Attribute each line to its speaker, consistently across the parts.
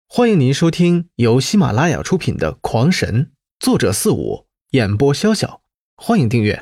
Speaker 1: 欢迎您收听由喜马拉雅出品的《狂神》，作者四五，演播潇潇。欢迎订阅。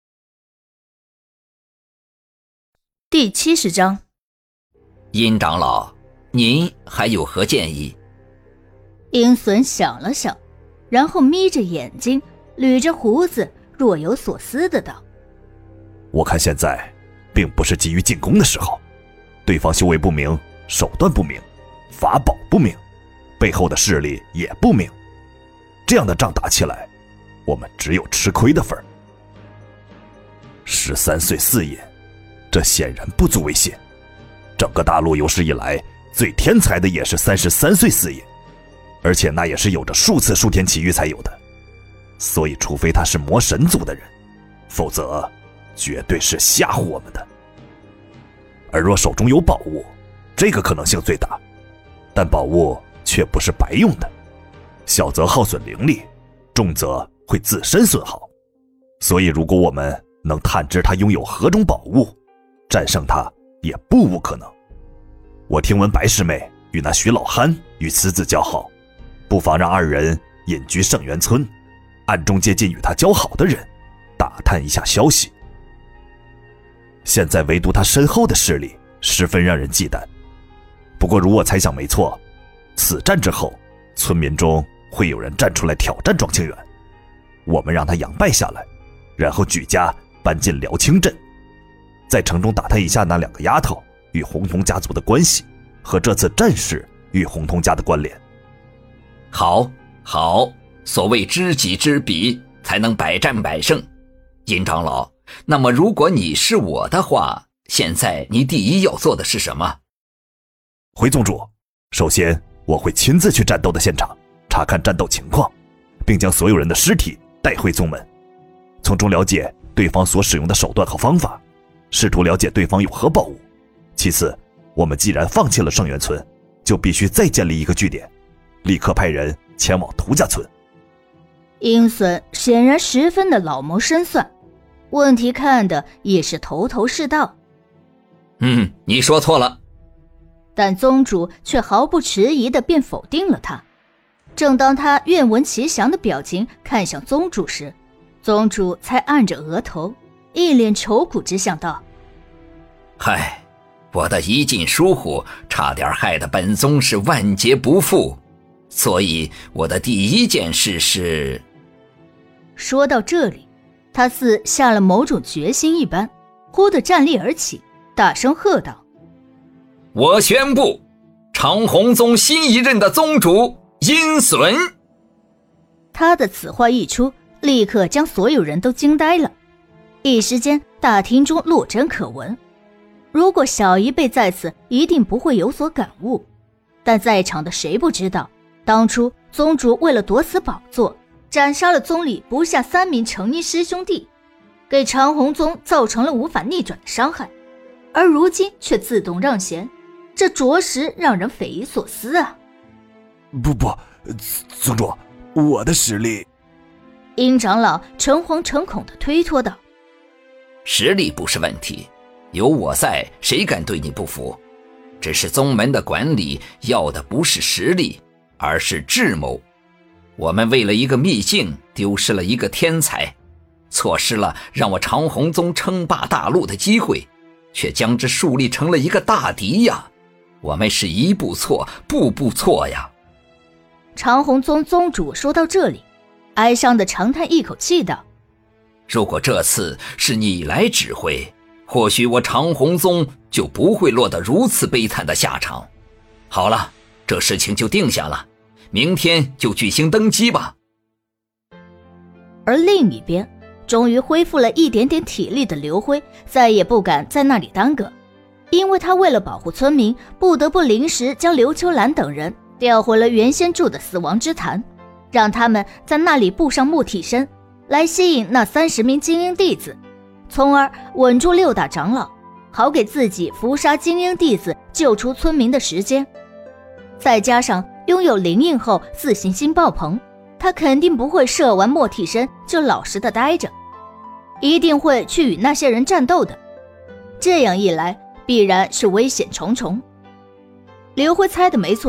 Speaker 2: 第70章，
Speaker 3: 殷长老，您还有何建议？
Speaker 2: 鹰隼想了想，然后眯着眼睛，捋着胡子，若有所思的道：
Speaker 4: 我看现在并不是急于进攻的时候，对方修为不明，手段不明，法宝不明，背后的势力也不明，这样的仗打起来，我们只有吃亏的份儿。13岁4爷，这显然不足为信。整个大陆有史以来最天才的也是33岁4爷，而且那也是有着数次数天奇遇才有的，所以除非他是魔神族的人，否则绝对是吓唬我们的。而若手中有宝物，这个可能性最大，但宝物却不是白用的，小则耗损灵力，重则会自身损耗。所以如果我们能探知他拥有何种宝物，战胜他也不无可能。我听闻白师妹与那徐老憨与此子交好，不妨让二人隐居圣元村，暗中接近与他交好的人，打探一下消息。现在唯独他身后的势力十分让人忌惮，不过如我猜想没错，此战之后，村民中会有人站出来挑战庄清远，我们让他佯败下来，然后举家搬进辽清镇，在城中打探一下那两个丫头与洪通家族的关系，和这次战事与洪通家的关联。
Speaker 3: 好，所谓知己知彼，才能百战百胜。殷长老，那么如果你是我的话，现在你第一要做的是什么？
Speaker 4: 回宗主，首先我会亲自去战斗的现场，查看战斗情况，并将所有人的尸体带回宗门，从中了解对方所使用的手段和方法，试图了解对方有何宝物。其次，我们既然放弃了圣元村，就必须再建立一个据点，立刻派人前往涂家村。
Speaker 2: 鹰隼显然十分的老谋深算，问题看的也是头头是道。
Speaker 3: 你说错了。
Speaker 2: 但宗主却毫不迟疑地便否定了他。正当他愿闻其详的表情看向宗主时，宗主才按着额头，一脸愁苦之相道：
Speaker 3: 嗨，我的一进疏忽，差点害得本宗是万劫不复，所以我的第一件事是……
Speaker 2: 说到这里，他似下了某种决心一般，忽地站立而起，大声喝道：
Speaker 3: 我宣布，长虹宗新一任的宗主殷隼。
Speaker 2: 他的此话一出，立刻将所有人都惊呆了。一时间，大厅中落针可闻。如果小一辈在此，一定不会有所感悟。但在场的谁不知道，当初宗主为了夺此宝座，斩杀了宗里不下3名成衣师兄弟，给长虹宗造成了无法逆转的伤害，而如今却自动让贤，这着实让人匪夷所思啊！
Speaker 4: 不，宗主，我的实力……
Speaker 2: 殷长老诚惶诚恐地推脱道：
Speaker 3: 实力不是问题，有我在，谁敢对你不服？只是宗门的管理要的不是实力，而是智谋。我们为了一个秘境丢失了一个天才，错失了让我长虹宗称霸大陆的机会，却将之树立成了一个大敌呀！我们是一步错，步步错呀！
Speaker 2: 长虹宗宗主说到这里，哀伤地长叹一口气道：
Speaker 3: 如果这次是你来指挥，或许我长虹宗就不会落得如此悲惨的下场。好了，这事情就定下了，明天就举行登基吧。
Speaker 2: 而另一边，终于恢复了一点点体力的刘辉再也不敢在那里耽搁，因为他为了保护村民，不得不临时将刘秋兰等人调回了原先住的死亡之潭，让他们在那里布上木替身，来吸引那30名精英弟子，从而稳住6大长老，好给自己伏杀精英弟子救出村民的时间。再加上拥有灵印后自信心爆棚，他肯定不会射完墨替身就老实的待着，一定会去与那些人战斗的。这样一来，必然是危险重重。刘辉猜的没错，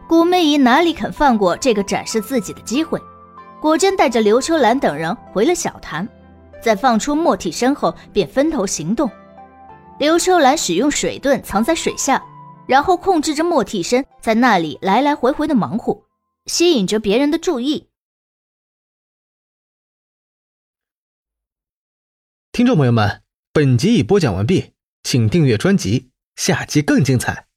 Speaker 2: 古媚姨哪里肯放过这个展示自己的机会，果真带着刘秋兰等人回了小潭，在放出莫替身后便分头行动。刘秋兰使用水遁藏在水下，然后控制着莫替身在那里来来回回的忙活，吸引着别人的注意。
Speaker 1: 听众朋友们，本集已播讲完毕，请订阅专辑，下集更精彩。